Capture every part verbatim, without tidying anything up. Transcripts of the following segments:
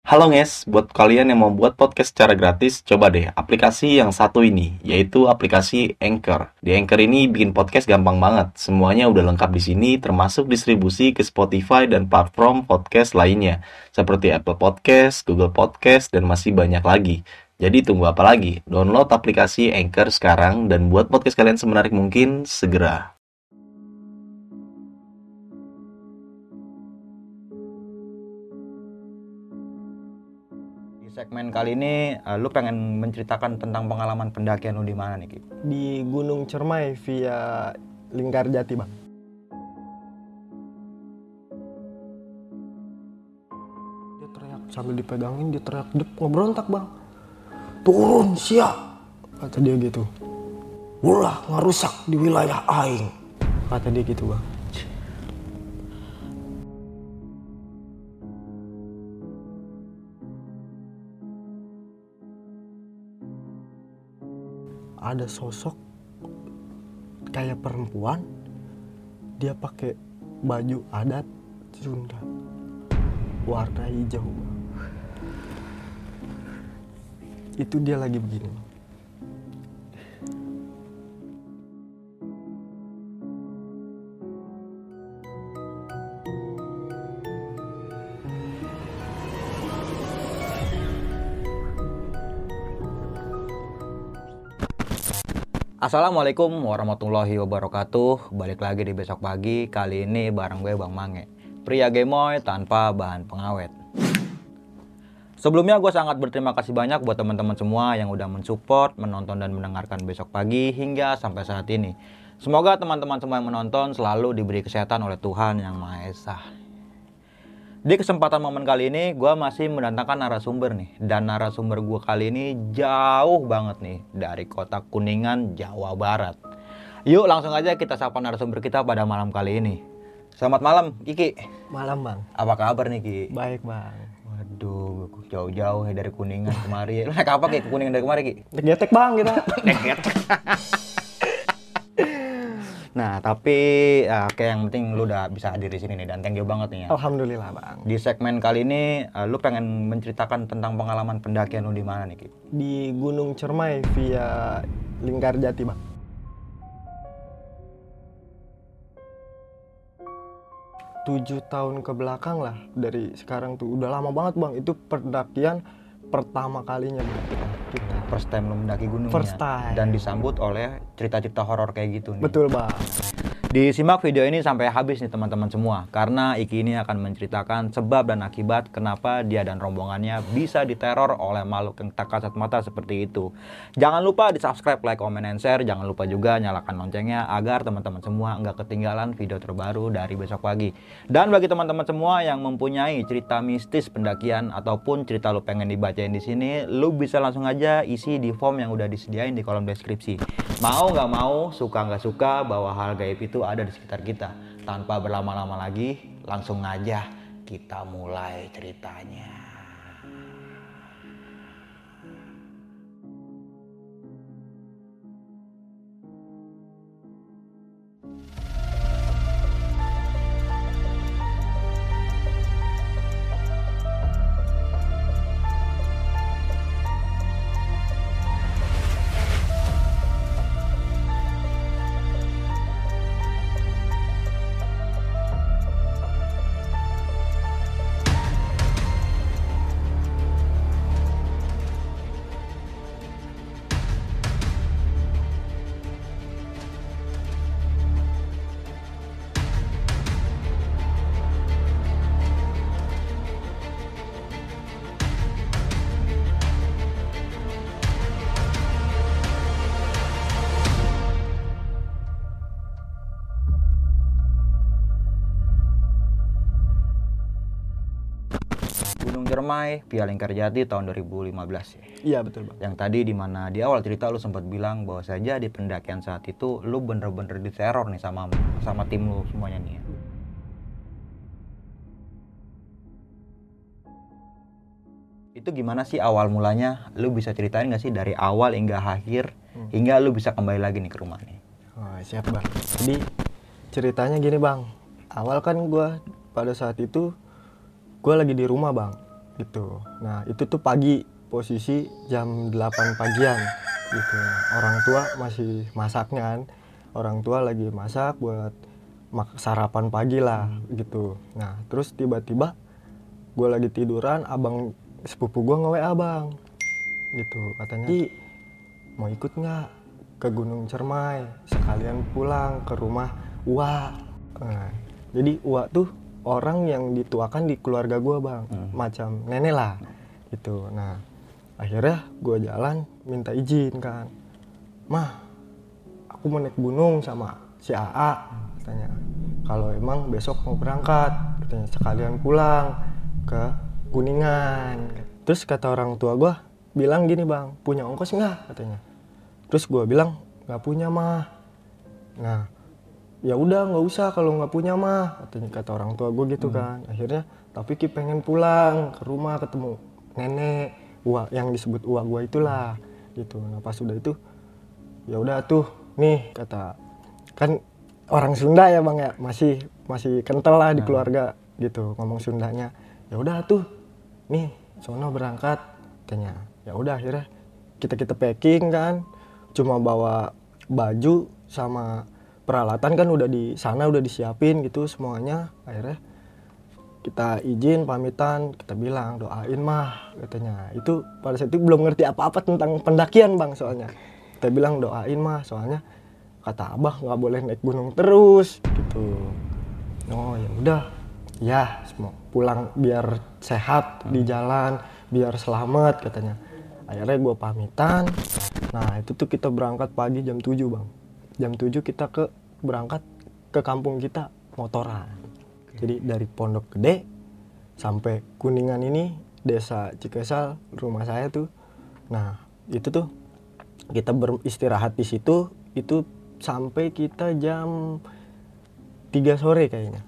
Halo guys, buat kalian yang mau buat podcast secara gratis, coba deh aplikasi yang satu ini, yaitu aplikasi Anchor. Di Anchor ini bikin podcast gampang banget. Semuanya udah lengkap di sini, termasuk distribusi ke Spotify dan platform podcast lainnya, seperti Apple Podcast, Google Podcast, dan masih banyak lagi. Jadi tunggu apa lagi? Download aplikasi Anchor sekarang dan buat podcast kalian semenarik mungkin segera. Di segmen kali ini, uh, lu pengen menceritakan tentang pengalaman pendakian lu di mana nih, Ki? Di Gunung Cermai via Linggarjati, Bang. Dia teriak sambil dipegangin, dia teriak, dia ngebrontak, Bang. Turun, siap, kata dia gitu. Ulah ngerusak di wilayah aing, kata dia gitu, Bang. Ada sosok kayak perempuan, dia pakai baju adat Sunda warna hijau. Itu dia lagi begini. Assalamualaikum warahmatullahi wabarakatuh. Balik lagi di Besok Pagi. Kali ini bareng gue Bang Mange, pria gemoy tanpa bahan pengawet. Sebelumnya gue sangat berterima kasih banyak buat teman-teman semua yang udah mensupport, menonton dan mendengarkan Besok Pagi hingga sampai saat ini. Semoga teman-teman semua yang menonton selalu diberi kesehatan oleh Tuhan Yang Maha Esa. Di kesempatan momen kali ini gue masih mendatangkan narasumber nih. Dan narasumber gue kali ini jauh banget nih dari kota Kuningan, Jawa Barat. Yuk langsung aja kita sapa narasumber kita pada malam kali ini. Selamat malam Iki. Malam, Bang. Apa kabar nih Ki? Baik, Bang. Waduh, jauh-jauh dari Kuningan kemari. Lu naik apa Ki ke Kuningan dari kemari Ki? Getek, Bang, kita. Nah, tapi uh, kayak yang penting lu udah bisa hadir di sini nih dan thank you banget nih ya. Alhamdulillah, Bang. Di segmen kali ini uh, lu pengen menceritakan tentang pengalaman pendakian lu di mana nih, Ki? Di Gunung Cermai via Linggarjati, Bang. Tujuh tahun ke belakang lah dari sekarang tuh udah lama banget, Bang. Itu pendakian pertama kalinya, Bang. Kita. First time lu mendaki gunung First ya? time. Dan disambut oleh cerita-cerita horor kayak gitu nih. Betul, Bang. Disimak video ini sampai habis nih teman-teman semua, karena Iki ini akan menceritakan sebab dan akibat kenapa dia dan rombongannya bisa diteror oleh makhluk yang tak kasat mata seperti itu. Jangan lupa di subscribe, like, comment, and share. Jangan lupa juga nyalakan loncengnya agar teman-teman semua nggak ketinggalan video terbaru dari Besok Pagi. Dan bagi teman-teman semua yang mempunyai cerita mistis pendakian ataupun cerita lu pengen dibacain di sini, lu bisa langsung aja isi di form yang udah disediain di kolom deskripsi. Mau nggak mau, suka nggak suka, bahwa hal gaib itu ada di sekitar kita. Tanpa berlama-lama lagi, langsung aja kita mulai ceritanya. Gunung Cermai via Linggarjati tahun dua ribu lima belas ya. Iya, betul, Bang. Yang tadi dimana di awal cerita lu sempat bilang bahwa saja di pendakian saat itu lu bener-bener diteror nih sama sama tim lu semuanya nih ya. Itu gimana sih awal mulanya? Lu bisa ceritain gak sih dari awal hingga akhir hmm. hingga lu bisa kembali lagi nih ke rumah nih? Oh, siap, Bang. Jadi ceritanya gini, Bang. Awal kan gue pada saat itu gue lagi di rumah, Bang. gitu. Nah itu tuh pagi, posisi jam delapan pagian gitu. Orang tua masih masaknya kan, orang tua lagi masak buat mak- sarapan pagi lah gitu. Nah terus tiba-tiba gue lagi tiduran, abang sepupu gue nge-W A bang gitu, katanya Ki mau ikut nggak ke Gunung Cermai sekalian pulang ke rumah Uwa. Nah, jadi Uwa tuh orang yang dituakan di keluarga gue bang, hmm. macam nenek lah gitu. Nah akhirnya gue jalan minta izin kan, mah aku mau naik gunung sama si A A, katanya kalau emang besok mau berangkat, katanya sekalian pulang ke Kuningan. Terus kata orang tua gue bilang gini bang, punya ongkos nggak, katanya. Terus gue bilang nggak punya mah. Nah ya udah nggak usah kalau nggak punya mah, katanya, kata orang tua gue gitu hmm. kan. Akhirnya tapi Ki pengen pulang ke rumah ketemu nenek Uwa, yang disebut Uwa gue itulah gitu. Nah pas sudah itu ya udah tuh nih, kata kan orang Sunda ya bang ya, masih masih kental lah di keluarga gitu ngomong Sundanya. Ya udah tuh nih sono berangkat, katanya. Ya udah akhirnya kita kita packing kan, cuma bawa baju sama peralatan kan udah di sana udah disiapin gitu semuanya. Akhirnya kita izin pamitan, kita bilang doain mah, katanya. Itu pada saat itu belum ngerti apa-apa tentang pendakian bang, soalnya kita bilang doain mah, soalnya kata abah nggak boleh naik gunung terus gitu. Oh ya udah ya, semua pulang biar sehat di jalan, biar selamat, katanya. Akhirnya gue pamitan. Nah itu tuh kita berangkat pagi jam tujuh bang. Jam tujuh kita ke berangkat ke kampung kita motoran. Jadi dari Pondok Gede sampai Kuningan ini, desa Cikesal, rumah saya tuh. Nah itu tuh kita beristirahat di situ, itu sampai kita jam tiga sore kayaknya.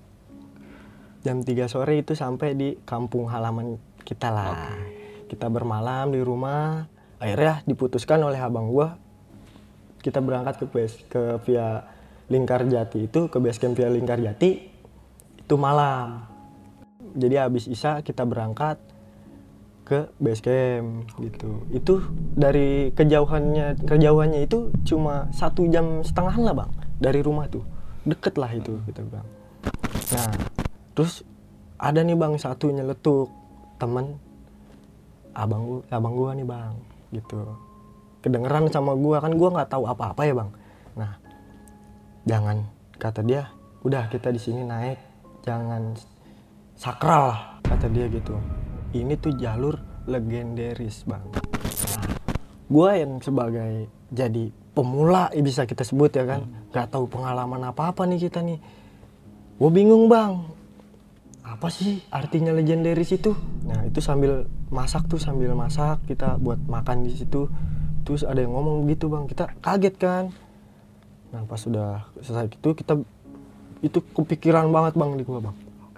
Jam tiga sore itu sampai di kampung halaman kita lah. Okay. Kita bermalam di rumah. Akhirnya diputuskan oleh abang gua, kita berangkat ke base, ke via Lingkarjati itu, ke base camp via Lingkarjati itu malam. Jadi habis isya kita berangkat ke base camp gitu. Itu dari kejauhannya kejauhannya itu cuma satu jam setengah lah bang dari rumah tuh, deket lah itu kita bilang. Nah terus ada nih bang satu nyeletuk, temen abang gua, abang gua nih bang gitu. Kedengeran sama gua, kan gua nggak tahu apa-apa ya bang. Nah jangan, kata dia, udah kita di sini naik, jangan sakral lah, kata dia gitu. Ini tuh jalur legendaris bang. Nah, gue yang sebagai jadi pemula bisa kita sebut ya kan, nggak tahu pengalaman apa-apa nih kita nih. Gue bingung bang, apa sih artinya legendaris itu? Nah itu sambil masak tuh, sambil masak kita buat makan di situ. Terus ada yang ngomong gitu bang, kita kaget kan. Nah pas sudah selesai gitu kita itu kepikiran banget bang di gue bang.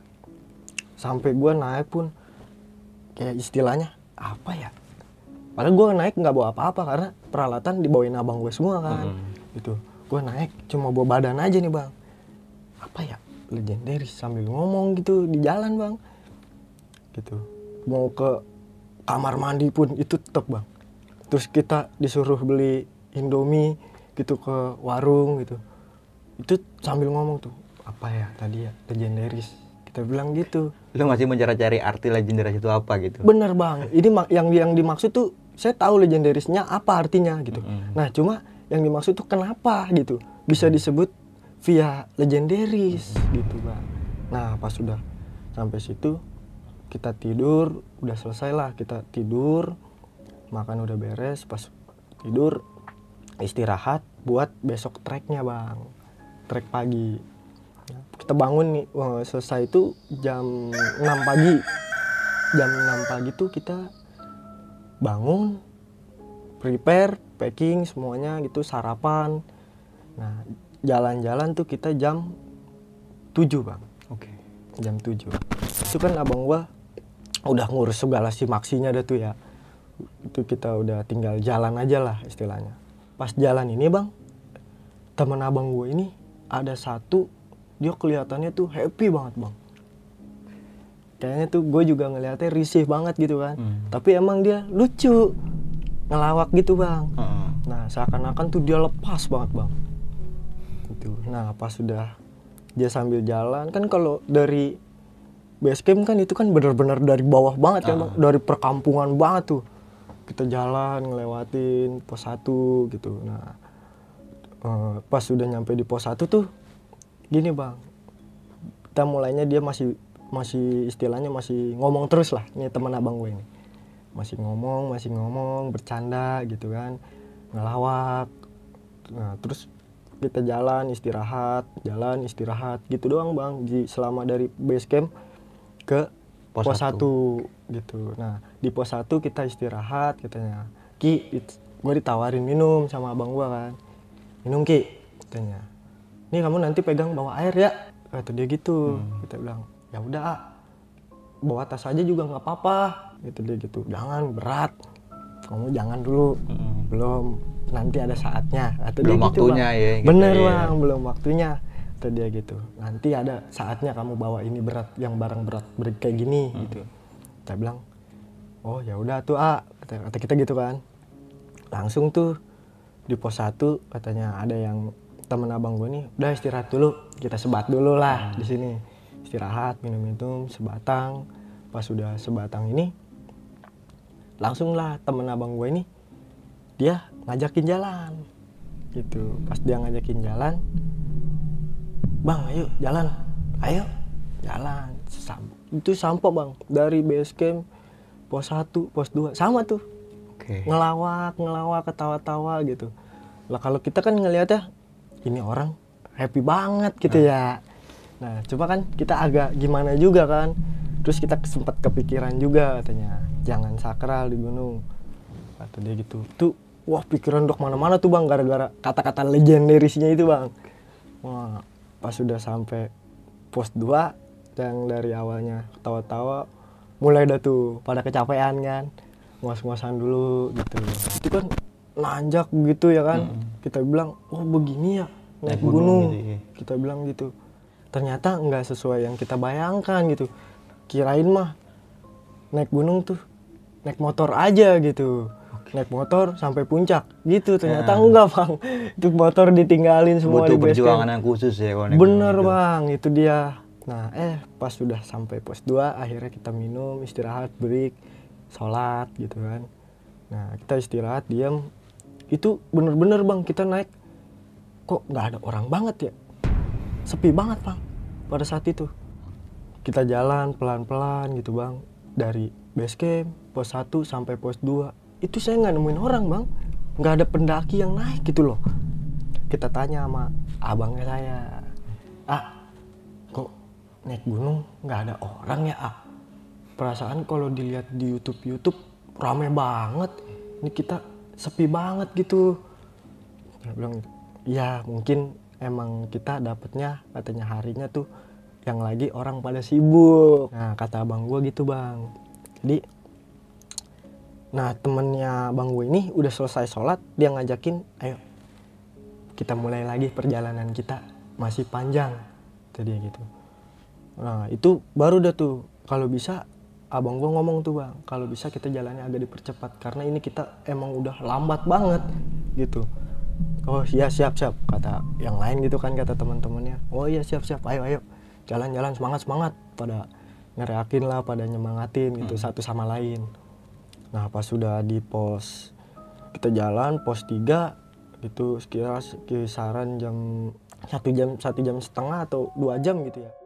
Sampai gue naik pun kayak istilahnya apa ya, padahal gue naik nggak bawa apa-apa karena peralatan dibawain abang gue semua kan. hmm. Itu gue naik cuma bawa badan aja nih bang. Apa ya, legendaris, sambil ngomong gitu di jalan bang gitu. Mau ke kamar mandi pun itu tetep bang. Terus kita disuruh beli Indomie gitu ke warung gitu, itu sambil ngomong tuh, apa ya tadi ya, legendaris, kita bilang gitu. Lu masih mencari-cari arti legendaris itu apa gitu? Bener bang, ini yang yang dimaksud tuh saya tahu legendarisnya apa artinya gitu. Mm-hmm. Nah cuma yang dimaksud tuh kenapa gitu bisa disebut via legendaris mm-hmm. gitu bang. Nah pas sudah sampai situ kita tidur, udah selesai lah kita tidur, makan udah beres, pas tidur istirahat buat besok treknya bang, trek pagi. Kita bangun nih, wah, selesai itu jam enam pagi. Jam enam pagi tuh kita bangun, prepare, packing semuanya gitu, sarapan. Nah, jalan-jalan tuh kita jam tujuh bang. Oke. Okay. Jam tujuh. Itu kan abang gua udah ngurus segala simaksinya dah tuh ya. Itu kita udah tinggal jalan aja lah istilahnya. Pas jalan ini bang, temen abang gua ini ada satu, dia kelihatannya tuh happy banget bang. kayaknya tuh gue juga ngeliatnya risih banget gitu kan. Hmm. Tapi emang dia lucu, ngelawak gitu bang. Hmm. Nah seakan-akan tuh dia lepas banget bang. Gitu. Nah pas sudah dia sambil jalan kan, kalau dari base camp kan itu kan benar-benar dari bawah banget kan bang, dari perkampungan banget tuh. Kita jalan ngelewatin pos satu gitu. Nah uh, pas sudah nyampe di pos satu tuh gini bang, kita mulainya dia masih masih istilahnya masih ngomong terus lah, ini teman abang gue ini masih ngomong masih ngomong bercanda gitu kan, ngelawak. Nah terus kita jalan istirahat jalan istirahat gitu doang bang, di selama dari base camp ke pos, pos satu gitu. Nah di pos satu kita istirahat, katanya Ki, gue ditawarin minum sama abang gue kan, minum Ki, katanya ini kamu nanti pegang bawa air ya, kata dia gitu. hmm. Kita bilang ya udah ah, bawa tas aja juga nggak apa-apa, gitu dia gitu. Jangan berat, kamu jangan dulu, hmm. belum, nanti ada saatnya, kata belum dia waktunya gitu, ya gitu, bener ya. bang, belum waktunya, kata dia gitu. Nanti ada saatnya kamu bawa ini berat, yang barang berat, berat kayak gini, hmm. gitu. Kita bilang oh ya udah tuh ah, kata, kata kita gitu kan. Langsung tuh di pos satu katanya ada yang temen abang gue nih, udah istirahat dulu, kita sebat dulu lah hmm. di sini. Istirahat, minum-minum, sebatang. Pas sudah sebatang ini, langsung lah temen abang gue ini, dia ngajakin jalan. Gitu, pas dia ngajakin jalan, bang ayo jalan, ayo jalan. Sam- itu sampo bang, dari base camp, pos satu, pos dua, sama tuh. Okay. Ngelawak, ngelawak, ketawa-tawa gitu. Lah kalau kita kan ngeliatnya, ini orang happy banget gitu nah. ya. Nah cuma kan kita agak gimana juga kan. Terus kita sempat kepikiran juga katanya, jangan sakral di gunung, kata dia gitu. Tuh wah pikiran dok mana-mana tuh bang, gara-gara kata-kata legendarisnya itu bang. Wah pas sudah sampai pos dua, yang dari awalnya ketawa-tawa, mulai dah tuh pada kecapean kan, nguas-nguasan dulu gitu. Itu kan nanjak gitu ya kan. hmm. Kita bilang oh begini ya naik, naik gunung, gunung. Gitu, ya. Kita bilang gitu. Ternyata nggak sesuai yang kita bayangkan gitu. Kirain mah naik gunung tuh naik motor aja gitu. Okay. Naik motor sampai puncak gitu. Ternyata nah. enggak bang. Itu motor ditinggalin semua. Butuh di base camp. perjuangan yang khusus ya kalau naik bener gunung bang itu. itu dia. Nah eh pas sudah sampai pos dua, akhirnya kita minum, istirahat, break, sholat gitu kan. Nah kita istirahat, diam. Itu bener-bener bang, kita naik kok nggak ada orang banget ya, sepi banget bang pada saat itu. Kita jalan pelan-pelan gitu bang, dari base camp pos satu sampai pos dua, itu saya nggak nemuin orang bang, nggak ada pendaki yang naik gitu loh. Kita tanya sama abangnya saya, ah kok naik gunung nggak ada orang ya ah, perasaan kalau dilihat di YouTube YouTube rame banget, ini kita sepi banget gitu. Saya bilang ya mungkin emang kita dapetnya katanya harinya tuh yang lagi orang pada sibuk. Nah kata abang gue gitu bang. Jadi nah temennya bang gue ini udah selesai sholat, dia ngajakin ayo kita mulai lagi perjalanan kita, masih panjang tadi gitu. Nah itu baru dah tuh kalau bisa abang gue ngomong tuh bang, kalau bisa kita jalannya agak dipercepat karena ini kita emang udah lambat banget gitu. Oh iya siap siap kata yang lain gitu kan, kata teman-temannya. Oh iya siap siap, ayo ayo jalan-jalan, semangat semangat, pada ngeriakin lah, pada nyemangatin gitu hmm. satu sama lain. Nah pas sudah di pos kita jalan pos tiga gitu, sekira kisaran jam satu jam satu jam setengah atau dua jam gitu ya.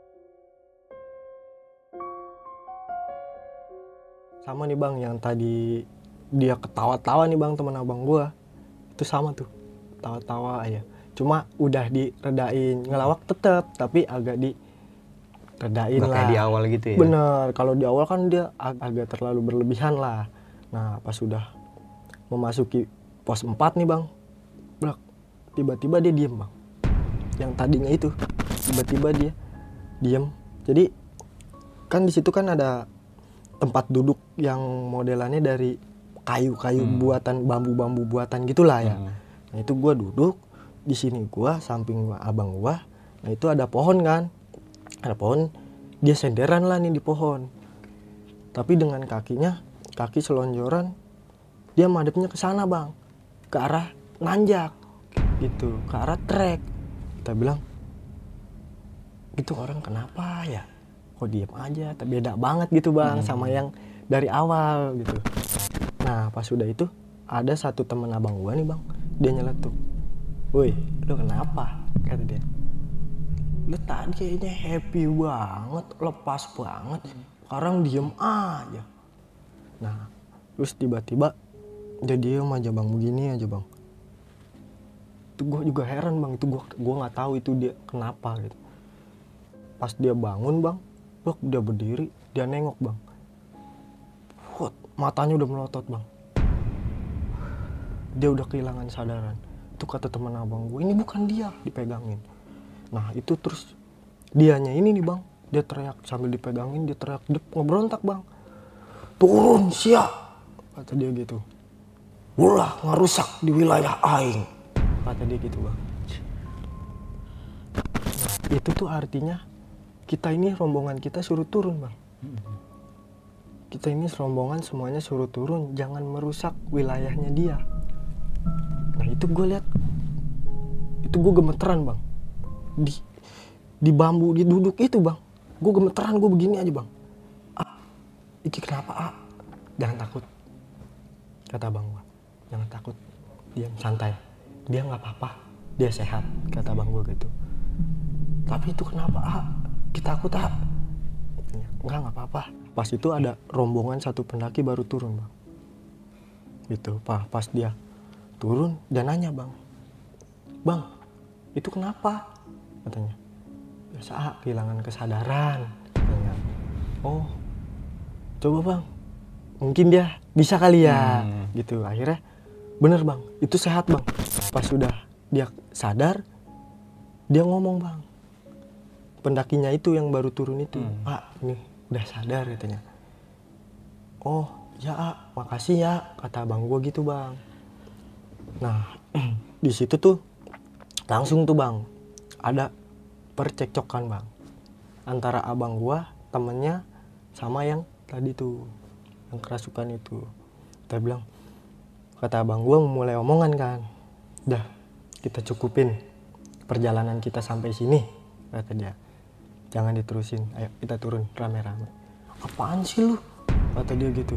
Sama nih bang, yang tadi dia ketawa-tawa nih bang, teman abang gua itu sama tuh, tawa-tawa aja. Cuma udah diredain, ngelawak tetap tapi agak diredain lah. Kayak di awal gitu ya. Bener, kalau di awal kan dia ag- agak terlalu berlebihan lah. Nah pas sudah memasuki pos empat nih bang, blak, tiba-tiba dia diem bang. Yang tadinya itu tiba-tiba dia diem. Jadi kan di situ kan ada tempat duduk yang modelannya dari kayu-kayu hmm. buatan, bambu-bambu buatan gitulah ya. Hmm. Nah itu gua duduk di sini, gua samping gua abang gua. Nah itu ada pohon kan, ada pohon dia senderan lah nih di pohon. Tapi dengan kakinya, kaki selonjoran, dia madepnya ke sana bang, ke arah nanjak, gitu, ke arah trek. Kita bilang, itu orang kenapa ya? Kok diam aja? Tapi beda banget gitu bang, hmm. sama yang dari awal gitu. Nah pas udah itu, ada satu temen abang gua nih bang, dia nyeletuk, woi, lu kenapa? Kata dia, lu tadi kayaknya happy banget, lepas banget, sekarang diem aja. Nah terus tiba-tiba dia diem aja bang, begini aja bang. Itu gue juga heran bang, itu gue gue nggak tahu itu dia kenapa gitu. Pas dia bangun bang, loh dia berdiri, dia nengok bang, Wot, matanya udah melotot bang, dia udah kehilangan sadaran. Itu kata teman abang gue, ini bukan dia dipegangin. Nah itu terus dianya ini nih bang, dia teriak sambil dipegangin, dia teriak, dia ngeberontak bang, turun siap, kata dia gitu. Ulah ngerusak di wilayah aing, kata dia gitu bang. Nah, itu tuh artinya kita ini rombongan kita suruh turun bang. Kita ini rombongan semuanya suruh turun, jangan merusak wilayahnya dia. Nah itu gue lihat, itu gue gemeteran bang, di di bambu di duduk itu bang, gue gemeteran, gue begini aja bang. Ah, iki kenapa ah? Jangan takut, kata abang gue, jangan takut, diam santai, dia nggak apa-apa, dia sehat, kata abang gue gitu. Tapi itu kenapa ah? Kita takut ah? Enggak, nggak apa-apa. Pas itu ada rombongan satu pendaki baru turun bang, gitu. Pas pas dia turun dan nanya bang, bang itu kenapa? Katanya, biasa ah, kehilangan kesadaran. Katanya, oh coba bang, mungkin dia bisa kali ya, hmm. gitu. Akhirnya bener bang, itu sehat bang. Pas sudah dia sadar, dia ngomong bang, pendakinya itu yang baru turun itu, hmm. Pak ini udah sadar katanya. Oh ya ah, makasih ya, kata abang gua gitu bang. Nah di situ tuh langsung tuh bang ada percekcokan bang antara abang gua, temennya, sama yang tadi tuh yang kerasukan itu. Kita bilang, kata abang gua mulai omongan kan, dah kita cukupin perjalanan kita sampai sini, kata dia, jangan diterusin, ayo kita turun rame-rame. Apaan sih lu, kata dia gitu,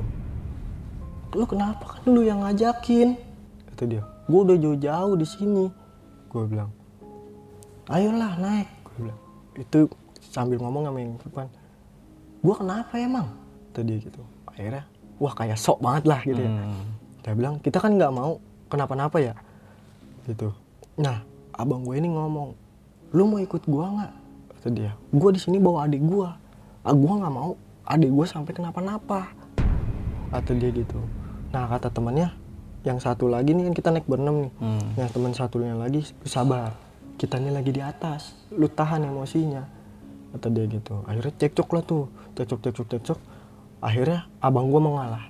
lu kenapa, kan lu yang ngajakin, kata dia. Gue udah jauh-jauh di sini, gue bilang. Ayolah naik, gue bilang. Itu sambil ngomong sama yang depan. Gue kenapa emang, kata dia gitu. Akhirnya, wah kayak sok banget lah gitu ya. Hmm. Dia bilang, kita kan nggak mau kenapa-napa ya, gitu. Nah, abang gue ini ngomong, lu mau ikut gue nggak, kata dia. Gue di sini bawa adik gue, ah, gue nggak mau adik gue sampai kenapa-napa, kata dia gitu. Nah kata temannya, yang satu lagi nih kan kita naik berenam nih, hmm. yang teman satunya lagi, sabar, kita nih lagi di atas, lu tahan emosinya, kata dia gitu. Akhirnya cekcok lah tuh, cekcok cekcok cekcok. Akhirnya abang gue mengalah.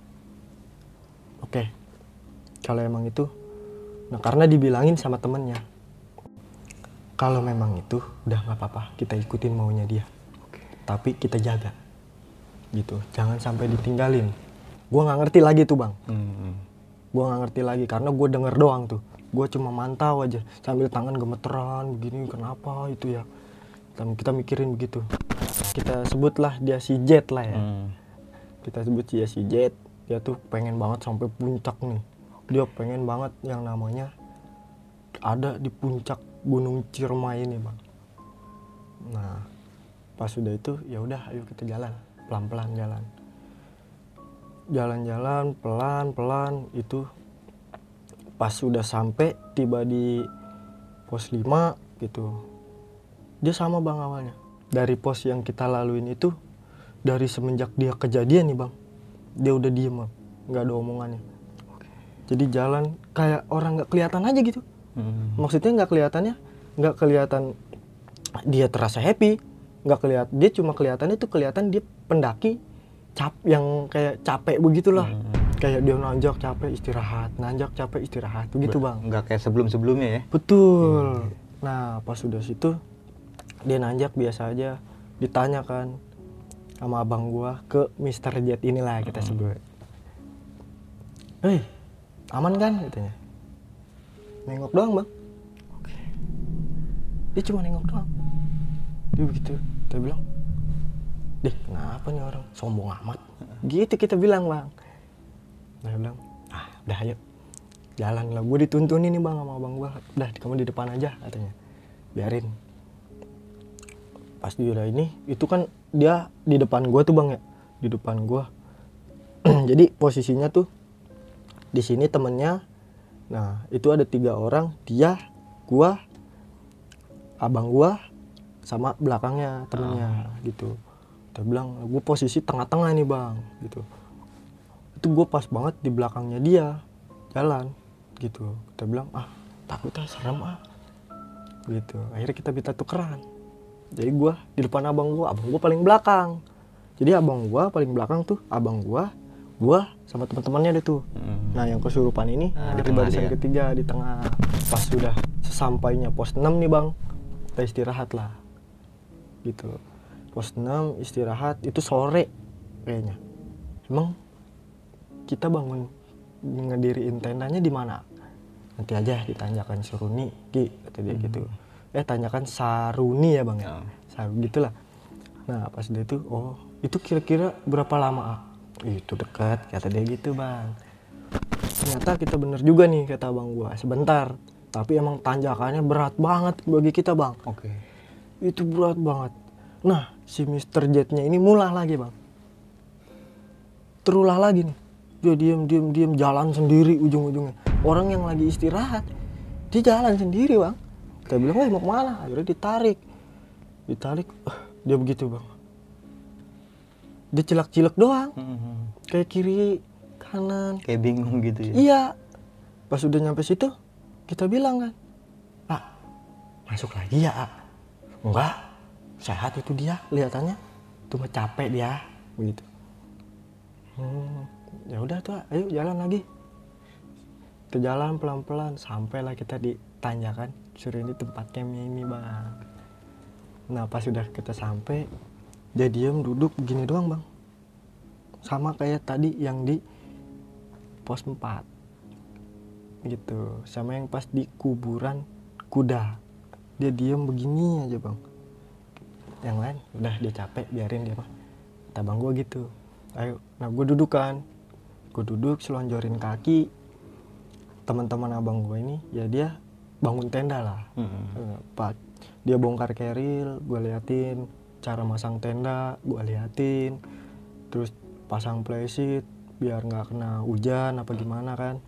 Oke, kalau emang itu, nah karena dibilangin sama temennya, kalau memang itu udah nggak apa-apa, kita ikutin maunya dia, tapi kita jaga, gitu, jangan sampai ditinggalin. Gue nggak ngerti lagi tuh bang. Hmm. Gue nggak ngerti lagi karena gue denger doang tuh, gue cuma mantau aja sambil tangan gemeteran begini, kenapa itu ya, kita mikirin begitu. Kita sebutlah dia si Jet lah ya, hmm. kita sebut dia si Jet. Dia tuh pengen banget sampai puncak nih, dia pengen banget yang namanya ada di puncak Gunung Ciremai ini bang. Nah pas sudah itu ya udah, ayo kita jalan pelan-pelan, jalan jalan-jalan pelan-pelan. Itu pas sudah sampai tiba di pos lima gitu, dia sama bang awalnya. Dari pos yang kita laluin itu, dari semenjak dia kejadian nih bang, dia udah diem bang, nggak ada omongannya. Jadi jalan kayak orang nggak kelihatan aja gitu. hmm. Maksudnya nggak kelihatannya, nggak kelihatan dia terasa happy, nggak kelihatan, dia cuma kelihatannya tuh kelihatan dia pendaki cap yang kayak capek begitulah. Hmm. Kayak dia nanjak capek istirahat, nanjak capek istirahat begitu bang. Nggak kayak sebelum-sebelumnya ya. Betul. Hmm. Nah pas sudah situ dia nanjak biasa aja, ditanya kan sama abang gua ke mister Jet inilah kita sebut. Hei, aman kan katanya. Nengok doang bang. Oke. Dia cuma nengok doang. Dia begitu, kita bilang, deh kenapa nih orang sombong amat. Gitu kita bilang bang. Nah dia bilang, ah udah ayo jalan lah, gue dituntunin nih bang sama abang gue, udah kamu di depan aja katanya, biarin. Pas dia udah ini, itu kan dia di depan gue tuh bang ya, di depan gue. Jadi posisinya tuh di sini temennya, nah itu ada tiga orang, dia, gue, abang gue, sama belakangnya temennya oh. gitu. Dia bilang, gue posisi tengah-tengah nih bang, gitu. Itu gue pas banget di belakangnya dia jalan. Gitu, kita bilang ah takut ah serem ah gitu. Akhirnya kita minta tukeran, jadi gue di depan abang gue, abang gue paling belakang. Jadi abang gue paling belakang tuh abang gue, gue sama teman-temannya deh tuh. hmm. Nah yang kesurupan ini ah, di barisan ketiga di tengah. Pas sudah sesampainya pos enam nih bang, kita istirahat lah gitu. Pos enam istirahat itu sore kayaknya. Emang kita bangun ngediriin tendanya di mana? Nanti aja ditanyakan Saruni, Ki, kata dia hmm. gitu. Eh tanyakan Saruni ya bang ya, Saru gitulah. Nah pas dia itu, oh itu kira-kira berapa lama? Ah? Itu dekat, kata dia gitu bang. Ternyata kita bener juga nih kata abang gua, sebentar. Tapi emang tanjakannya berat banget bagi kita bang. Oke. Okay. Itu berat banget. Nah si mister Jetnya ini mulah lagi bang. Terulah lagi nih. Dia diem diem diem jalan sendiri ujung-ujungnya. Orang yang lagi istirahat, dia jalan sendiri bang. Kita bilang, wah mau kemana? Akhirnya ditarik, ditarik. Uh, dia begitu bang. Dia cilak-cilak doang, mm-hmm. kayak kiri kanan. Kayak bingung gitu ya? Iya. Pas udah nyampe situ, kita bilang kan, Pak, masuk lagi ya? Ak? Enggak, sehat itu dia kelihatannya. Cuma capek dia, begitu. Hmm. Ya udah tuh, ayo jalan lagi. Kita jalan pelan-pelan sampailah kita ditanyakan, suruh ini tempat campnya ini bang. Nah pas sudah kita sampai, dia diem duduk begini doang bang. Sama kayak tadi yang di pos empat gitu, sama yang pas di kuburan kuda. Dia diem begini aja bang. Yang lain udah dia capek, biarin dia mah. Kata bang gue gitu. Ayo, nah gue duduk kan. Gue duduk selonjorin kaki. Teman-teman abang gue ini ya dia bangun tenda lah. Mm-hmm. Pak dia bongkar keril, gue liatin cara masang tenda, gue liatin. Terus pasang playseat biar nggak kena hujan apa gimana kan.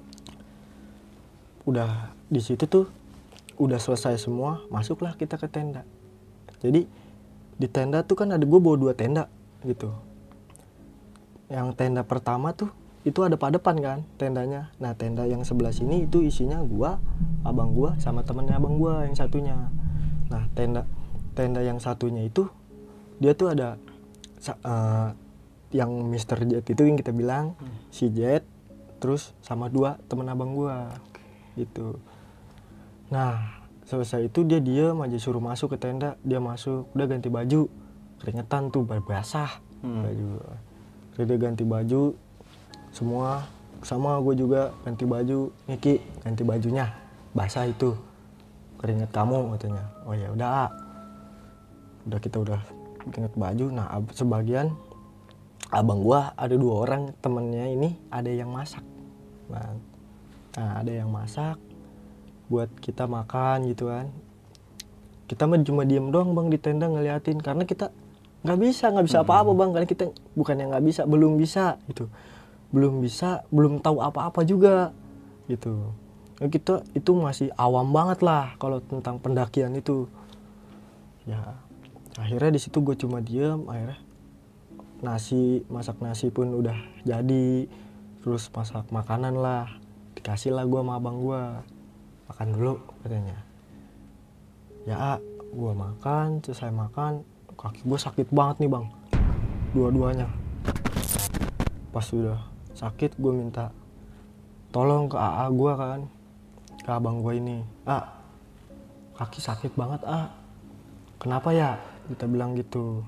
Udah di situ tuh udah selesai semua, masuklah kita ke tenda. Jadi di tenda tuh kan ada, gue bawa dua tenda gitu. Yang tenda pertama tuh itu ada padepan kan tendanya. Nah tenda yang sebelah sini itu isinya gua, abang gua sama temennya abang gua yang satunya. Nah tenda tenda yang satunya itu dia tuh ada uh, yang mister Jet itu yang kita bilang hmm. si Jet, terus sama dua temen abang gua gitu. Nah selesai itu dia diem aja, suruh masuk ke tenda. Dia masuk, udah ganti baju, keringetan tuh basah hmm. baju. Terus dia ganti baju semua, sama gue juga ganti baju. Niki ganti bajunya, basah itu, keringet kamu katanya. Oh ya udah, udah kita udah keringet baju. Nah ab- sebagian abang gue ada dua orang temennya ini ada yang masak, bang. Nah ada yang masak buat kita makan gitu kan. Kita mah cuma diem doang bang di tenda ngeliatin, karena kita nggak bisa nggak bisa hmm. apa-apa bang, karena kita bukan yang nggak bisa, belum bisa gitu. belum bisa, belum tahu apa-apa juga gitu. Nah, kita itu masih awam banget lah kalau tentang pendakian itu. Ya, akhirnya di situ gue cuma diem. Akhirnya nasi, masak nasi pun udah jadi. Terus masak makanan lah, dikasih lah gue sama abang gue. Makan dulu katanya. Ya, gue makan, selesai makan, kaki gue sakit banget nih bang, dua-duanya. Pas sudah sakit gue minta tolong ke A A gue kan, ke abang gue ini. A, kaki sakit banget A, kenapa ya? Kita bilang gitu.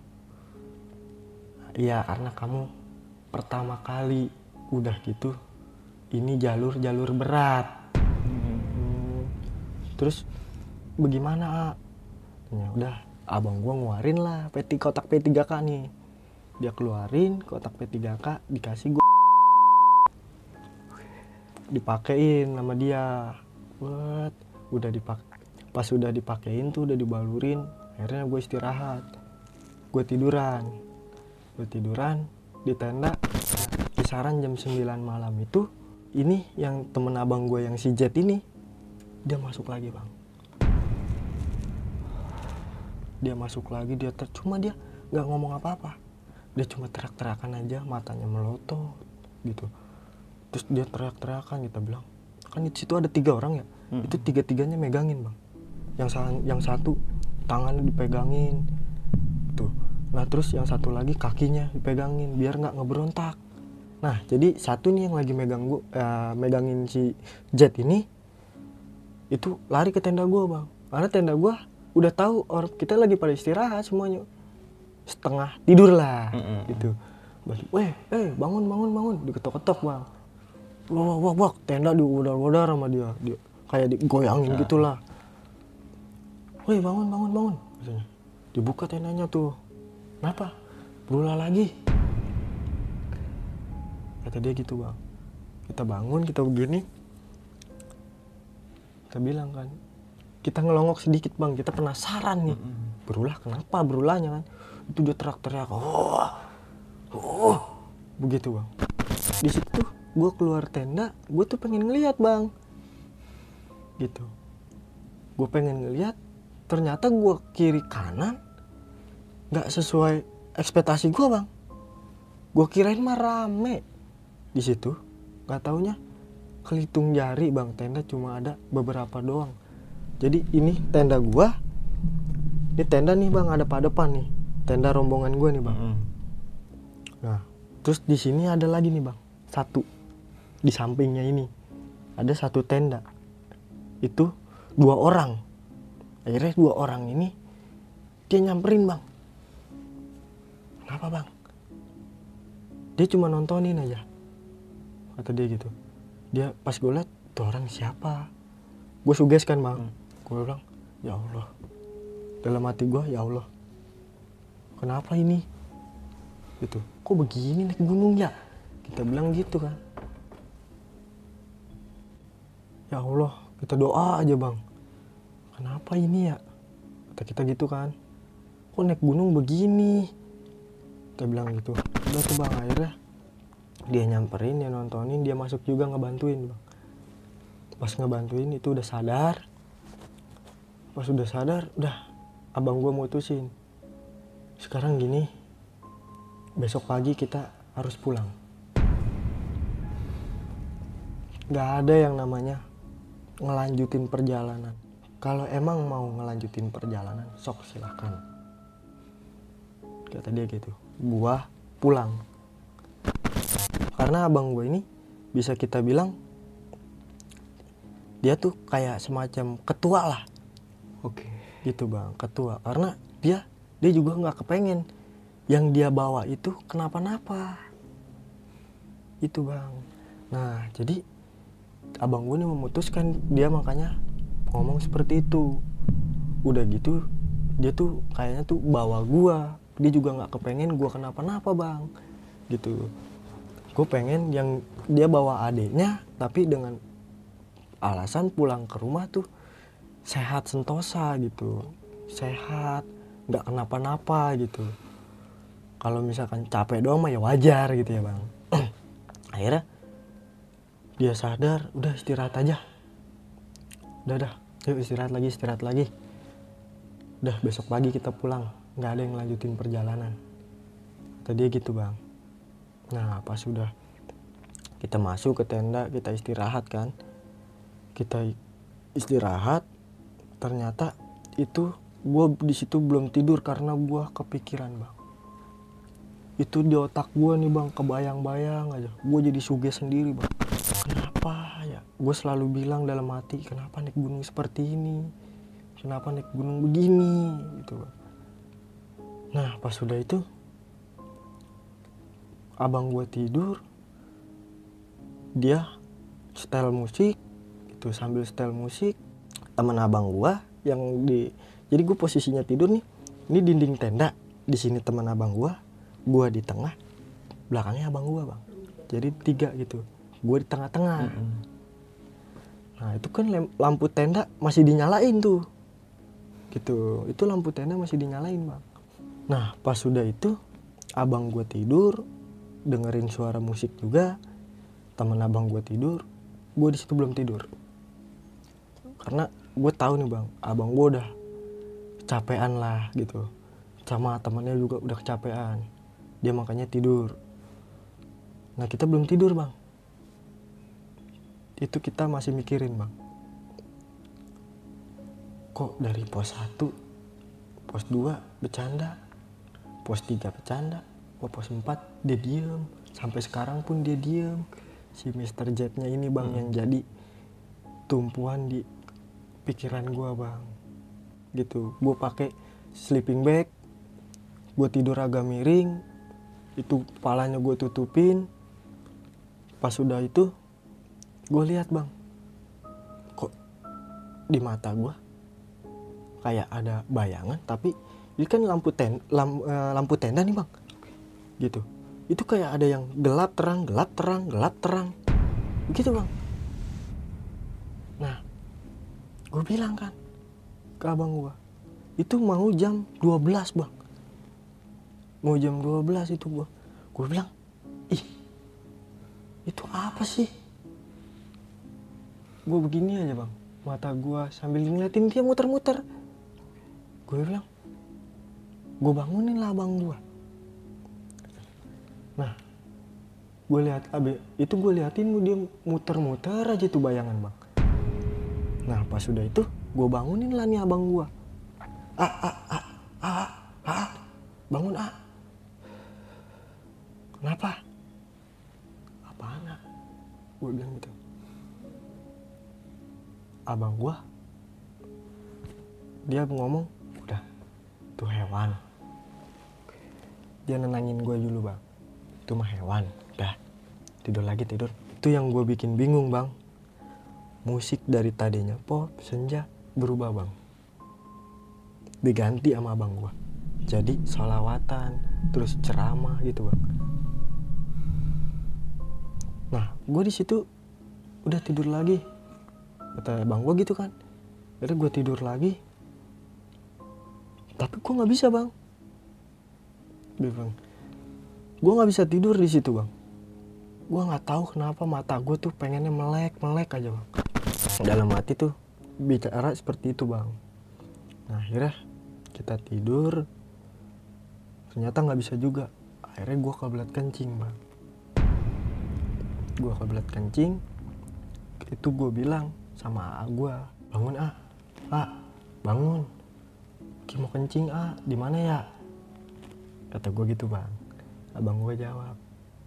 Iya, karena kamu pertama kali. Udah gitu, ini jalur-jalur berat. Hmm. Terus bagaimana? Ya udah, abang gua ngeluarin lah P tiga, kotak P tiga K nih. Dia keluarin kotak P tiga K, dikasih gua. Dipakein sama dia. Buat udah dipakai. Pas udah dipakein tuh, udah dibalurin, akhirnya gue istirahat. Gue tiduran. Gue tiduran di tenda. Kisaran jam sembilan malam itu, ini yang temen abang gue yang si Jet ini, dia masuk lagi bang. Dia masuk lagi, dia ter cuma dia nggak ngomong apa-apa. Dia cuma teriak-teriakan aja, matanya melotot gitu. Terus dia teriak-teriakan, kita bilang, kan di situ ada tiga orang ya, hmm. itu tiga-tiganya megangin bang. Yang yang satu tangannya dipegangin, tuh. Nah terus yang satu lagi kakinya dipegangin biar nggak ngeberontak. Nah jadi satu nih yang lagi megang gua, uh, megangin si Jet ini, itu lari ke tenda gua bang. Karena tenda gua udah tahu orang kita lagi pada istirahat semuanya, setengah tidur lah, mm-hmm. gitu. Weh, eh bangun bangun bangun, diketok-ketok bang. Wah wah wah, wah. Tenda diudar-udar sama dia, dia kayak digoyangin nah. gitulah. Weh bangun bangun bangun, katanya. Dibuka tendanya tuh. Kenapa? Berulah lagi. Kata dia gitu bang. Kita bangun, kita begini. Kita bilang kan, kita ngelongok sedikit bang, kita penasaran nih. Mm-hmm. Berulah kenapa berulahnya kan? Itu dia teriak-teriak. Oh, oh, begitu bang. Di situ gue keluar tenda, gue tuh pengen ngeliat bang. Gitu. Gue pengen ngeliat, ternyata gue kiri kanan nggak sesuai ekspektasi gue bang. Gue kirain mah rame. Di situ nggak taunya kehitung jari bang, tenda cuma ada beberapa doang. Jadi ini tenda gue, ini tenda nih bang, ada pada depan nih, tenda rombongan gue nih bang. Mm-hmm. Nah terus di sini ada lagi nih bang, satu di sampingnya ini ada satu tenda, itu dua orang. Akhirnya dua orang ini dia nyamperin bang. Kenapa bang? Dia cuma nontonin aja, kata dia gitu. Dia pas gue liat, tuh orang siapa? Gue suges kan bang. Hmm. Gue bilang, ya Allah. Dalam hati gue, ya Allah. Kenapa ini? Gitu. Kok begini naik gunung ya? Kita bilang gitu kan. Ya Allah, kita doa aja bang. Kenapa ini ya? Kata kita gitu kan. Kok naik gunung begini? Kita bilang gitu. Udah tuh bang, akhirnya dia nyamperin, dia nontonin, dia masuk juga ngebantuin bang. Pas ngebantuin itu udah sadar. Pas udah sadar, udah abang gue mutusin. Sekarang gini, besok pagi kita harus pulang. Gak ada yang namanya ngelanjutin perjalanan. Kalau emang mau ngelanjutin perjalanan, sok silakan. Kata dia gitu. Gua pulang. Karena abang gue ini bisa kita bilang dia tuh kayak semacam ketua lah. Oke. Gitu bang, ketua. Karena dia dia juga nggak kepengen yang dia bawa itu kenapa-napa. Itu bang. Nah jadi abang gue ini memutuskan, dia makanya ngomong seperti itu. Udah gitu dia tuh kayaknya tuh bawa gua. Dia juga nggak kepengen gua kenapa-napa bang. Gitu. Gue pengen yang dia bawa adiknya, tapi dengan alasan pulang ke rumah tuh sehat sentosa gitu, sehat, nggak kenapa-napa gitu. Kalau misalkan capek doang mah ya wajar gitu ya bang. Akhirnya dia sadar, udah istirahat aja. Udah dah, yuk istirahat lagi, istirahat lagi. Udah besok pagi kita pulang, nggak ada yang lanjutin perjalanan. Tadi gitu bang. Nah pas sudah kita masuk ke tenda, kita istirahat kan. Kita istirahat, ternyata itu gue di situ belum tidur karena gue kepikiran bang. Itu di otak gue nih bang, kebayang-bayang aja. Gue jadi suges sendiri bang. Kenapa ya? Gue selalu bilang dalam hati, kenapa naik gunung seperti ini? Kenapa naik gunung begini? Gitu bang. Nah pas sudah itu abang gue tidur, dia setel musik gitu, sambil setel musik teman abang gue yang di, jadi gue posisinya tidur nih, ini dinding tenda, di sini teman abang gue, gue di tengah, belakangnya abang gue bang, jadi tiga gitu, gue di tengah-tengah. Mm-hmm. Nah itu kan lampu tenda masih dinyalain tuh, gitu, itu lampu tenda masih dinyalain bang. Nah pas sudah itu abang gue tidur, dengerin suara musik juga, teman abang gue tidur, gue di situ belum tidur, karena gue tahu nih bang, abang gue udah kecapean lah gitu, sama temannya juga udah kecapean, dia makanya tidur. Nah kita belum tidur bang, itu kita masih mikirin bang, kok dari pos satu, pos dua bercanda, pos tiga bercanda, pos empat dia diem, sampai sekarang pun dia diem. Si mister Jet-nya ini bang hmm. yang jadi tumpuan di pikiran gue bang, gitu. Gue pakai sleeping bag, gue tidur agak miring, itu kepalanya gue tutupin. Pas sudah itu gue lihat bang, kok di mata gue kayak ada bayangan, tapi ini kan lampu ten, lamp, uh, lampu tenda nih bang, gitu. Itu kayak ada yang gelap terang, gelap terang, gelap terang, gitu bang. Nah, gue bilang kan ke abang gue, itu mau jam dua belas bang, mau jam dua belas itu gue, gue bilang, ih, itu apa sih? Gue begini aja bang, mata gue sambil ngeliatin dia muter-muter. Gue bilang, gue bangunin lah abang gue. Nah, gue lihat abe, itu gue liatin dia muter-muter aja tuh bayangan bang. Nah pas sudah itu gue bangunin lah nih abang gue. Ah ah ah ah ah, bangun ah. Kenapa? Apaan ah? Gue bilang gitu. Abang gue, dia ngomong, udah, tuh hewan. Dia nenangin gue dulu bang. Itu mah hewan, udah tidur lagi tidur. Itu yang gue bikin bingung bang, musik dari tadinya pop senja berubah bang, diganti sama abang gue jadi sholawatan terus ceramah gitu bang. Nah gue di situ udah tidur lagi, kata abang gue gitu kan, akhirnya gue tidur lagi, tapi gue nggak bisa bang, bang. Gue nggak bisa tidur di situ bang. Gue nggak tahu kenapa mata gue tuh pengennya melek melek aja bang. Dalam hati tuh bicara seperti itu bang. Nah akhirnya kita tidur, ternyata nggak bisa juga. Akhirnya gue kebelet kencing bang. Gue kebelet kencing. Itu gue bilang sama A gue, bangun ah, ah bangun. Ki mau kencing ah, di mana ya? Kata gue gitu bang. Abang gue jawab,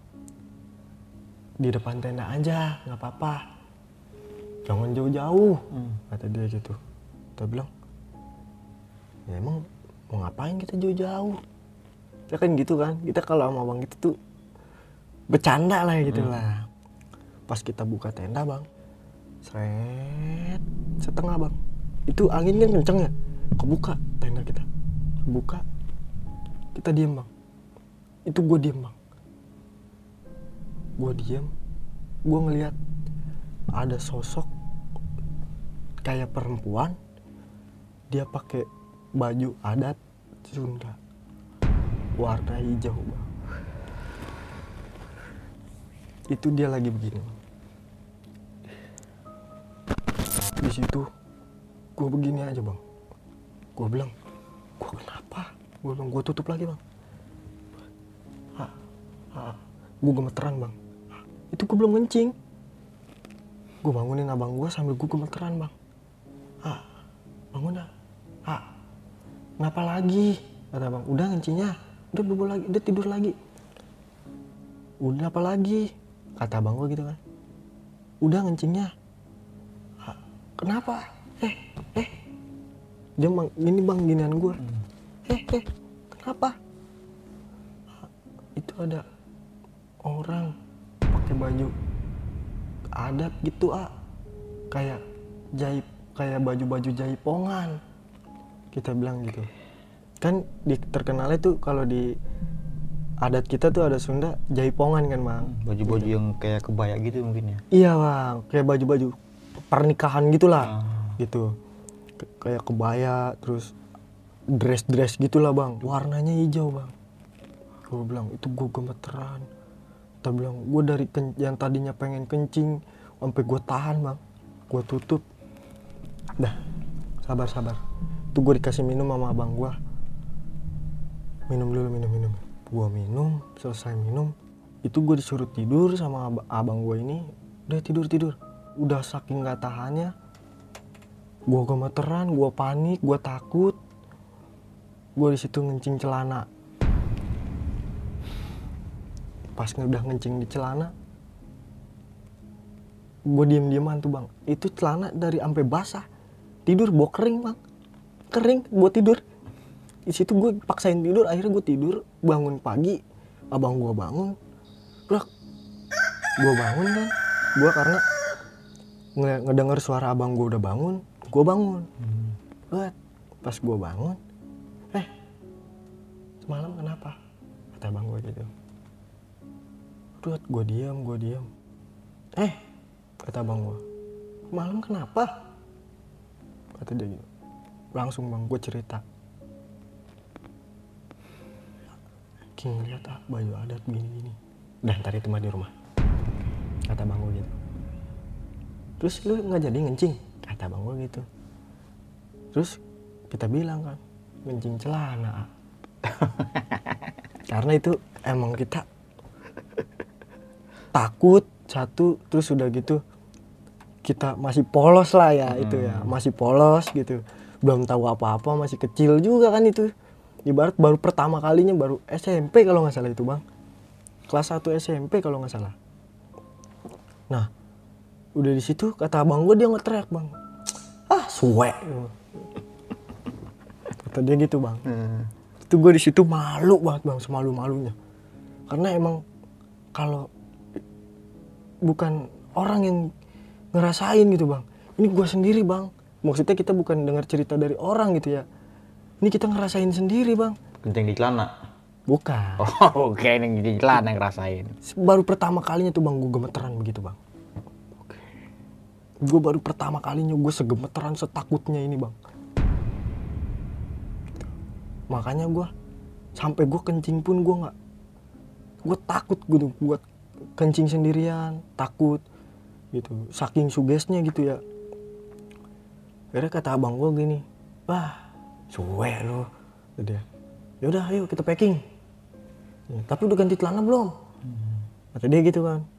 di depan tenda aja, nggak apa-apa, jangan jauh-jauh, hmm. kata dia gitu. Kita bilang, ya emang mau ngapain kita jauh-jauh? Kita kan gitu kan, kita kalau sama abang itu tuh bercanda lah gitu hmm. lah. Pas kita buka tenda bang, seret, setengah bang, itu anginnya kenceng ya, kebuka tenda kita, kebuka, kita diem bang. Itu gue diem bang, gue diem, gue ngeliat ada sosok kayak perempuan, dia pakai baju adat Sunda, warna hijau bang. Itu dia lagi begini. Di situ, gue begini aja bang. Gue bilang, gue kenapa? Gue bilang, gue tutup lagi bang. Gue gemeteran bang, itu gue belum kencing. Gue bangunin abang gue sambil gue gemeteran bang. Ah, bangun ah, ah, kenapa lagi? Kata bang, udah kencingnya, udah bobo lagi, udah tidur lagi. Udah apa lagi? Kata abang gue gitu kan. Udah kencingnya. Ah, kenapa? Eh, eh, dia bang, ini bang ginian gue. Eh, eh, kenapa? itu ada orang pakai baju adat gitu ah, kayak jaip, kayak baju-baju jaipongan. Kita bilang gitu kan, di terkenalnya tuh kalau di adat kita tuh ada Sunda jaipongan kan bang, Baju-baju yang kayak kebaya gitu mungkin ya. iya bang, kayak baju-baju pernikahan gitulah. Ah. Gitu K- kayak kebaya, terus dress-dress gitulah bang, warnanya hijau bang. Gue bilang itu gue gemeteran. Kita bilang gue dari ken- yang tadinya pengen kencing sampai gue tahan bang, gue tutup. Dah, sabar sabar. Itu gue dikasih minum sama abang gue. Minum dulu, minum minum. Gue minum, selesai minum, itu gue disuruh tidur sama ab- abang gue ini. Udah tidur tidur. Udah saking gak tahannya, gue gemeteran, gue panik, gue takut. Gue di situ ngencing celana. Pas udah ngencing di celana, gue diem-dieman tuh bang. Itu celana dari ampe basah. Tidur bawa kering bang, kering buat tidur. Di situ gue paksain tidur, akhirnya gue tidur. Bangun pagi, abang gue bangun, brak. Gue bangun kan, gue karena nge- ngedenger suara abang gue udah bangun, gue bangun. Buat pas gue bangun, eh semalam kenapa? Kata abang gue gitu. Duh, gue diam, gue diam. Eh, kata abang gue, malam kenapa? Kata dia gitu. Langsung bang, gue cerita. King lihat ah, baju adat gini-gini. Dan ntar itu mah di rumah. Kata abang gue gitu. Terus lu nggak jadi ngencing? Kata abang gue gitu. Terus kita bilang kan, ngencing celana. Ah. Karena itu emang kita takut satu, terus udah gitu kita masih polos lah ya. Hmm. Itu ya masih polos gitu, belum tahu apa-apa, masih kecil juga kan itu, ibarat baru pertama kalinya, baru S M P kalau nggak salah itu bang, kelas satu S M P kalau nggak salah. Nah udah di situ kata abang gue, dia nge-teriak bang, ah suwe, kata dia gitu bang. Hmm. Itu gue di situ malu banget bang, semalu-malunya, karena emang kalau bukan orang yang ngerasain gitu bang, ini gue sendiri bang. Maksudnya kita bukan dengar cerita dari orang gitu ya, ini kita ngerasain sendiri bang. Kencing di celana? Bukan. Oh oke, yang di celana ngerasain. Baru pertama kalinya tuh bang gue gemeteran begitu bang. Oke. Gue baru pertama kalinya gue segemeteran, setakutnya ini bang. Makanya gue sampai gue kencing pun gue nggak, gue takut gue buat kencing sendirian, takut gitu, saking sugesnya gitu ya. Akhirnya kata abang gue gini, wah suwe lo, gitu ya. Yaudah ayo kita packing. Ya, tapi udah ganti celana belum? Hmm. Kata dia gitu kan.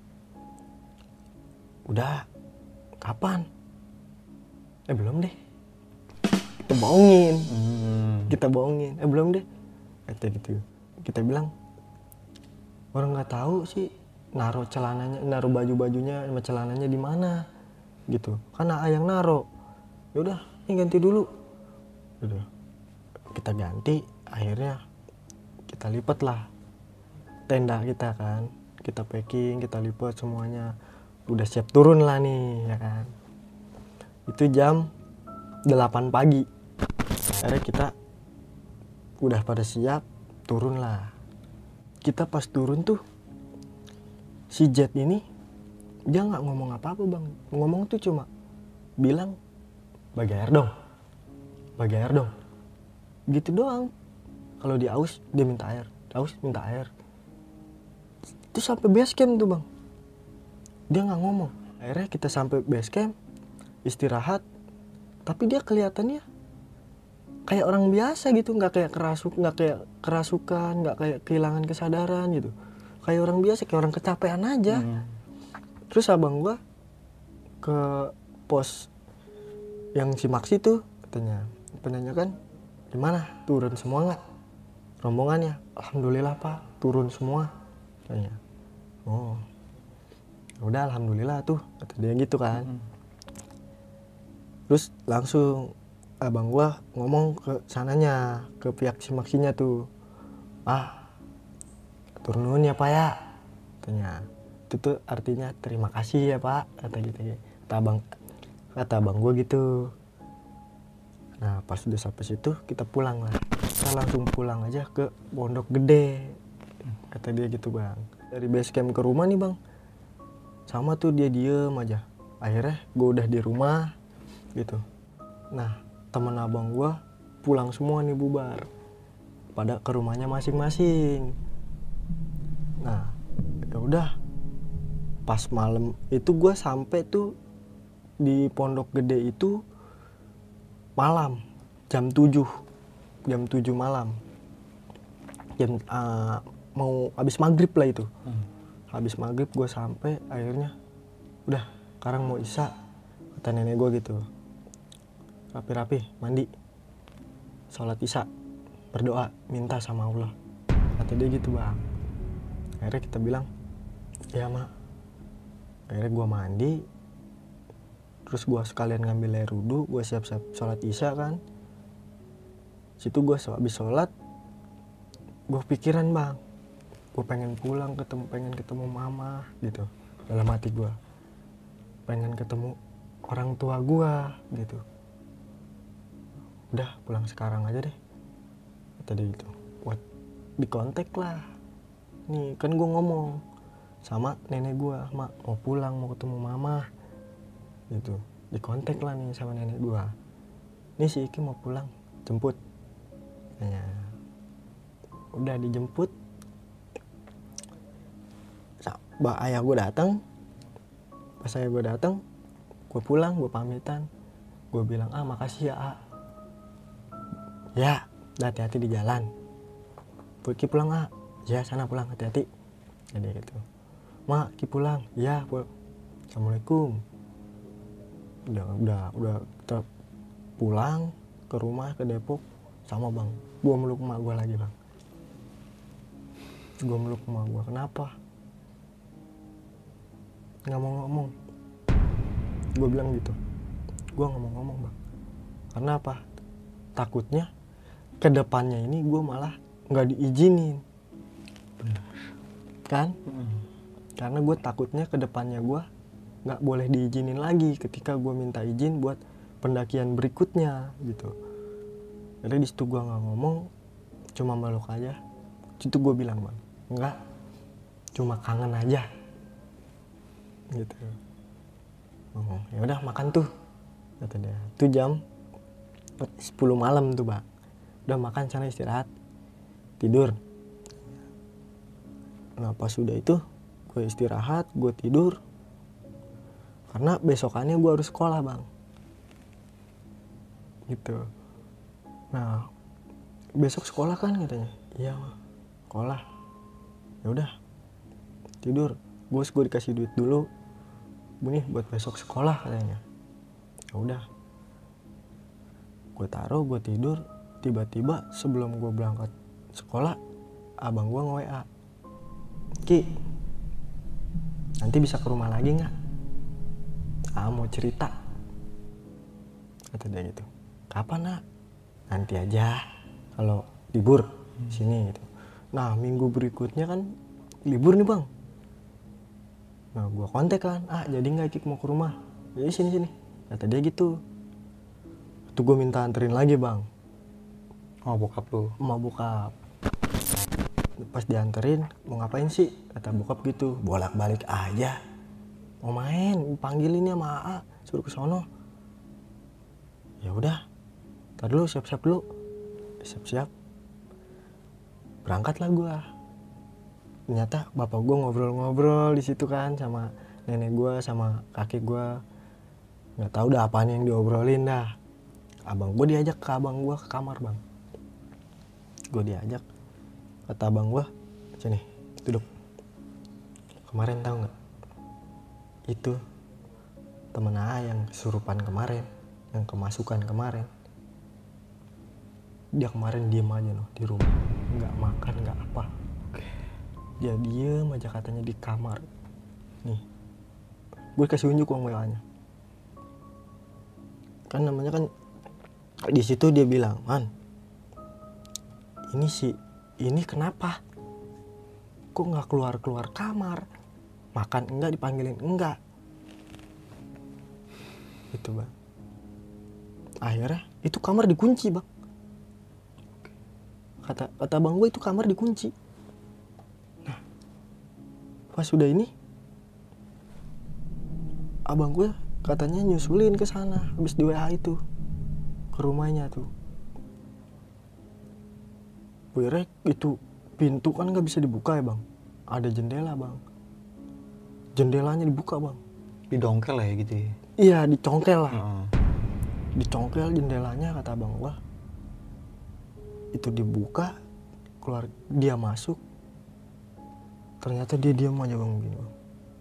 Udah. Kapan? Eh belum deh. Kita bohongin. Hmm. Kita bohongin. Eh belum deh. Kata gitu. Kita bilang, orang nggak tahu sih naruh celananya, naruh baju-bajunya sama celananya di mana, gitu. Karena ayang naruh. Yaudah, ini ganti dulu. Udah. Kita ganti, akhirnya kita lipat lah tenda kita kan. Kita packing, kita lipat semuanya. Udah siap turun lah nih, ya kan. Itu jam delapan pagi. Akhirnya kita udah pada siap, turun lah. Kita pas turun tuh, si Jet ini dia nggak ngomong apa-apa bang. Ngomong tuh cuma bilang, bagi air dong, bagi air dong, gitu doang. Kalau dia aus dia minta air, aus minta air. Itu sampai base camp tuh bang, dia nggak ngomong. Akhirnya kita sampai base camp, istirahat, tapi dia kelihatannya kayak orang biasa gitu, nggak kayak kerasuk, nggak kayak kerasukan, nggak kayak kehilangan kesadaran gitu. Kayak orang biasa, kayak orang kecapean aja. Hmm. Terus abang gua ke pos yang si Maksi tuh, katanya penanyakan, gimana turun semua nggak rombongannya? Alhamdulillah pak, turun semua. Katanya, oh udah alhamdulillah tuh, kata dia gitu kan. Hmm. Terus langsung abang gua ngomong ke sananya, ke pihak si Maksinya tuh, ah turun ya pak ya, katanya. Itu tuh artinya terima kasih ya pak, kata gitu. Kata abang, kata abang gue gitu. Nah pas udah sampai situ kita pulang lah, kita langsung pulang aja ke Pondok Gede, kata dia gitu bang. Dari base camp ke rumah nih bang, sama tuh dia diem aja. Akhirnya gue udah di rumah gitu. Nah temen abang gue pulang semua nih bubar, pada ke rumahnya masing-masing. Nah ya udah, pas malam itu gue sampai tuh di Pondok Gede itu malam jam tujuh jam tujuh malam, jam uh, mau habis maghrib lah itu. hmm. Habis maghrib gue sampai, akhirnya udah sekarang mau isya, kata nenek gue gitu. Rapi-rapi mandi, sholat isya, berdoa minta sama Allah, kata dia gitu bang. Akhirnya kita bilang ya mak. Akhirnya gue mandi, terus gue sekalian ngambil air wudhu, gue siap-siap sholat isya kan. Situ gue habis sholat, gue pikiran bang, gue pengen pulang ketemu, pengen ketemu mama gitu. Dalam hati gue, pengen ketemu orang tua gue gitu. Udah pulang sekarang aja deh, kata dia gitu. Buat dikontak lah. Nih kan gue ngomong sama nenek gue, mak mau pulang, mau ketemu mama gitu. Dikontak lah nih sama nenek gue, nih si Iki mau pulang, jemput. Nah, udah dijemput, bah ayah gue datang. Pas ayah gue datang, gue pulang, gue pamitan, gue bilang ah makasih ya ah, ya hati-hati di jalan. Ki pulang ah, ya sana pulang hati-hati, jadi gitu. Mak Ki pulang, ya pul assalamualaikum. Udah udah udah kita pulang ke rumah ke Depok sama bang, gue meluk emak gue lagi bang. Gue meluk emak gue, kenapa? Nggak mau ngomong, gue bilang gitu. Gue nggak mau ngomong bang, karena apa? Takutnya kedepannya ini gue malah nggak diizinin. Bener. Kan? Hmm. Karena gue takutnya kedepannya gue nggak boleh diizinin lagi ketika gue minta izin buat pendakian berikutnya gitu. Jadi di situ gue nggak ngomong, cuma meluk aja. Situ gue bilang bang, nggak, cuma kangen aja gitu. Oh, ya udah makan tuh, kata dia. Itu jam sepuluh malam tuh bang. Udah makan sana istirahat, tidur. Nah pas sudah itu gue istirahat, gue tidur. Karena besokannya gue harus sekolah bang. Gitu. Nah besok sekolah kan katanya. Iya sekolah. Ya udah tidur. Bos gue dikasih duit dulu. Nih buat besok sekolah katanya. Ya udah. Gue taruh, gue tidur. Tiba-tiba sebelum gue berangkat sekolah, abang gue nge-W A. Ki, nanti bisa ke rumah lagi nggak? Ah mau cerita, kata dia gitu. Kapan nak? Nanti aja kalau libur hmm. sini gitu. Nah minggu berikutnya kan libur nih bang. Nah gue kontak kan, ah jadi nggak Kik mau ke rumah? Jadi sini sini, kata dia gitu. Itu gue minta anterin lagi bang. Oh bokap lu? Mau bokap. Pas dianterin, mau ngapain sih? Kata bokap gitu, bolak-balik aja. Mau main, panggilinnya sama A A, suruh ke sono. Ya udah, tar dulu siap-siap dulu, siap-siap. Berangkatlah gue. Ternyata bapak gue ngobrol-ngobrol di situ kan sama nenek gue, sama kakek gue. Nggak tahu dah apaan yang diobrolin dah. Abang gue diajak ke abang gue ke kamar bang. Gue diajak, kata abang gue, sini duduk. Kemarin tahu nggak? Itu temen A A yang kesurupan kemarin, yang kemasukan kemarin. Dia kemarin diem aja loh di rumah, nggak makan nggak apa. Dia diem aja katanya di kamar. Nih, gue kasih unjuk uang W A-nya. Kan namanya kan di situ dia bilang, man, ini sih, ini kenapa? kok nggak keluar-keluar kamar, makan enggak, dipanggilin enggak. Itu bang. Akhirnya itu kamar dikunci bang. Kata kata bang gue itu kamar dikunci. Nah pas sudah ini abang gue katanya nyusulin ke sana habis di W A itu ke rumahnya tuh. Akhirnya itu pintu kan nggak bisa dibuka ya bang, ada jendela bang, jendelanya dibuka bang. Didongkel lah ya gitu ya. Iya dicongkel lah. Uh-uh. Dicongkel jendelanya kata abang gua. Itu dibuka, keluar, dia masuk. Ternyata dia diam aja bang begini bang.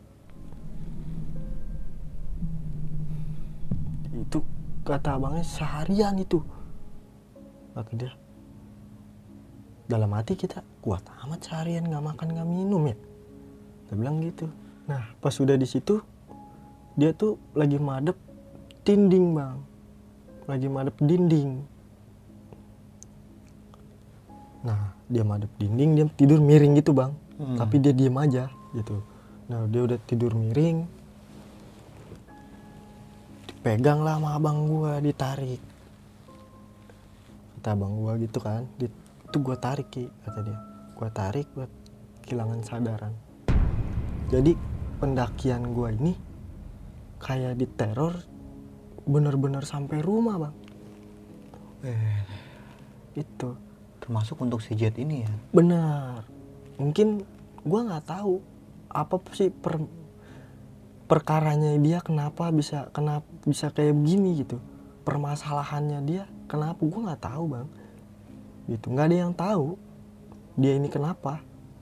Itu kata abangnya seharian itu. Kata dia. Dalam hati kita kuat amat seharian nggak makan nggak minum ya. Dia bilang gitu. Nah pas sudah di situ dia tuh lagi madep dinding bang, lagi madep dinding. Nah dia madep dinding, dia tidur miring gitu bang, hmm. tapi dia diem aja gitu. Nah dia udah tidur miring, dipegang lah sama abang gua, ditarik. Kata abang gua gitu kan, itu gua tarik Ki, kata dia. Gua tarik buat kehilangan sadaran. Jadi pendakian gua ini kayak diteror bener-bener sampai rumah bang. Eh, itu termasuk untuk si Jet ini ya. Benar. Mungkin gue nggak tahu apa sih per, perkaranya dia kenapa bisa kenapa bisa kayak begini gitu. Permasalahannya dia kenapa gue nggak tahu bang. Gitu nggak ada yang tahu dia ini kenapa.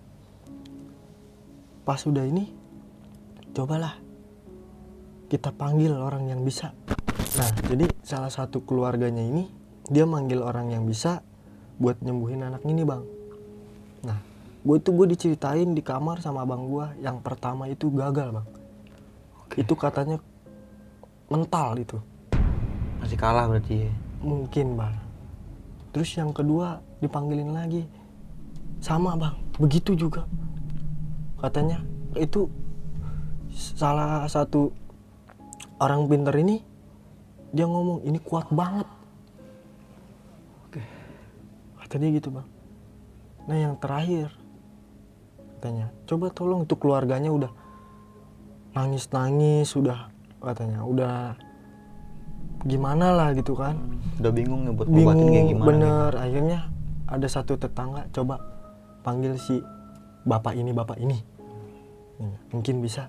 Pas udah ini cobalah kita panggil orang yang bisa. Nah jadi salah satu keluarganya ini dia manggil orang yang bisa buat nyembuhin anak ini bang. Nah gue itu gue diceritain di kamar sama abang gue yang pertama itu gagal bang. Oke. Itu katanya mental itu. Masih kalah berarti ya? Mungkin bang. Terus yang kedua dipanggilin lagi sama bang, begitu juga katanya. Itu salah satu orang pinter ini dia ngomong ini kuat banget. Oke. Kata dia gitu bang. Nah yang terakhir katanya coba tolong, itu keluarganya udah nangis-nangis, udah katanya udah gimana lah gitu kan. Udah bingung nih buat ngobatin kayak gimana. Bener gitu. Akhirnya ada satu tetangga coba panggil si bapak ini bapak ini mungkin bisa.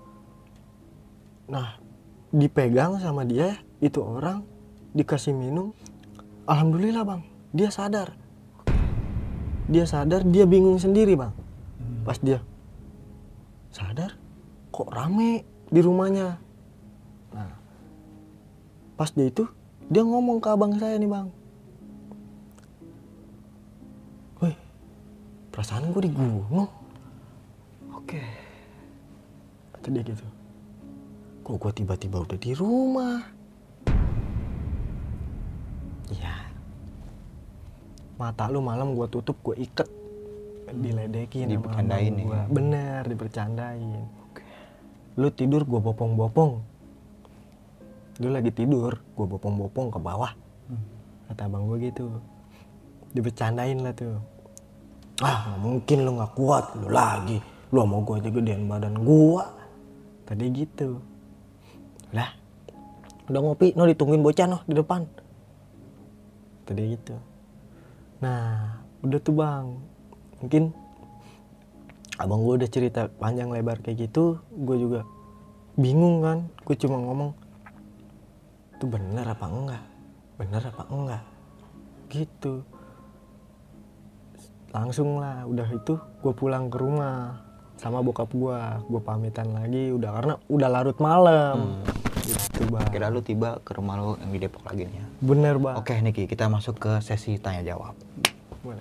Nah dipegang sama dia itu orang, dikasih minum, alhamdulillah bang dia sadar. Dia sadar, dia bingung sendiri bang. Pas dia sadar kok rame di rumahnya. Nah pas dia itu dia ngomong ke abang saya nih bang, weh perasaan gue di gunung. Oke. Kata dia gitu, kok gue tiba-tiba udah di rumah. Iya. Mata lu malam gue tutup, gue iket, diledekin, dibercandain ya. Bener, dibercandain. Oke. Lu tidur gue bopong-bopong. Lu lagi tidur, gue bopong-bopong ke bawah. Hmm. Kata abang gue gitu. Dibercandain lah tuh. Ah, gak mungkin lu gak kuat, lu lagi. Lu mau gue aja gedean badan gue. Tadi gitu. Lah, udah ngopi, no ditungguin bocah no di depan. Tadi gitu. Nah, udah tuh bang. Mungkin abang gue udah cerita panjang lebar kayak gitu, gue juga bingung kan. Gue cuma ngomong, itu bener apa enggak? Bener apa enggak? Gitu. Langsung lah, udah itu gue pulang ke rumah sama bokap gue. Gue pamitan lagi, udah karena udah larut malam. Hmm. Gitu bang. Kira lu tiba ke rumah lu yang di Depok lagi nih ya? Bener bang. Oke Niki, kita masuk ke sesi tanya jawab. Boleh.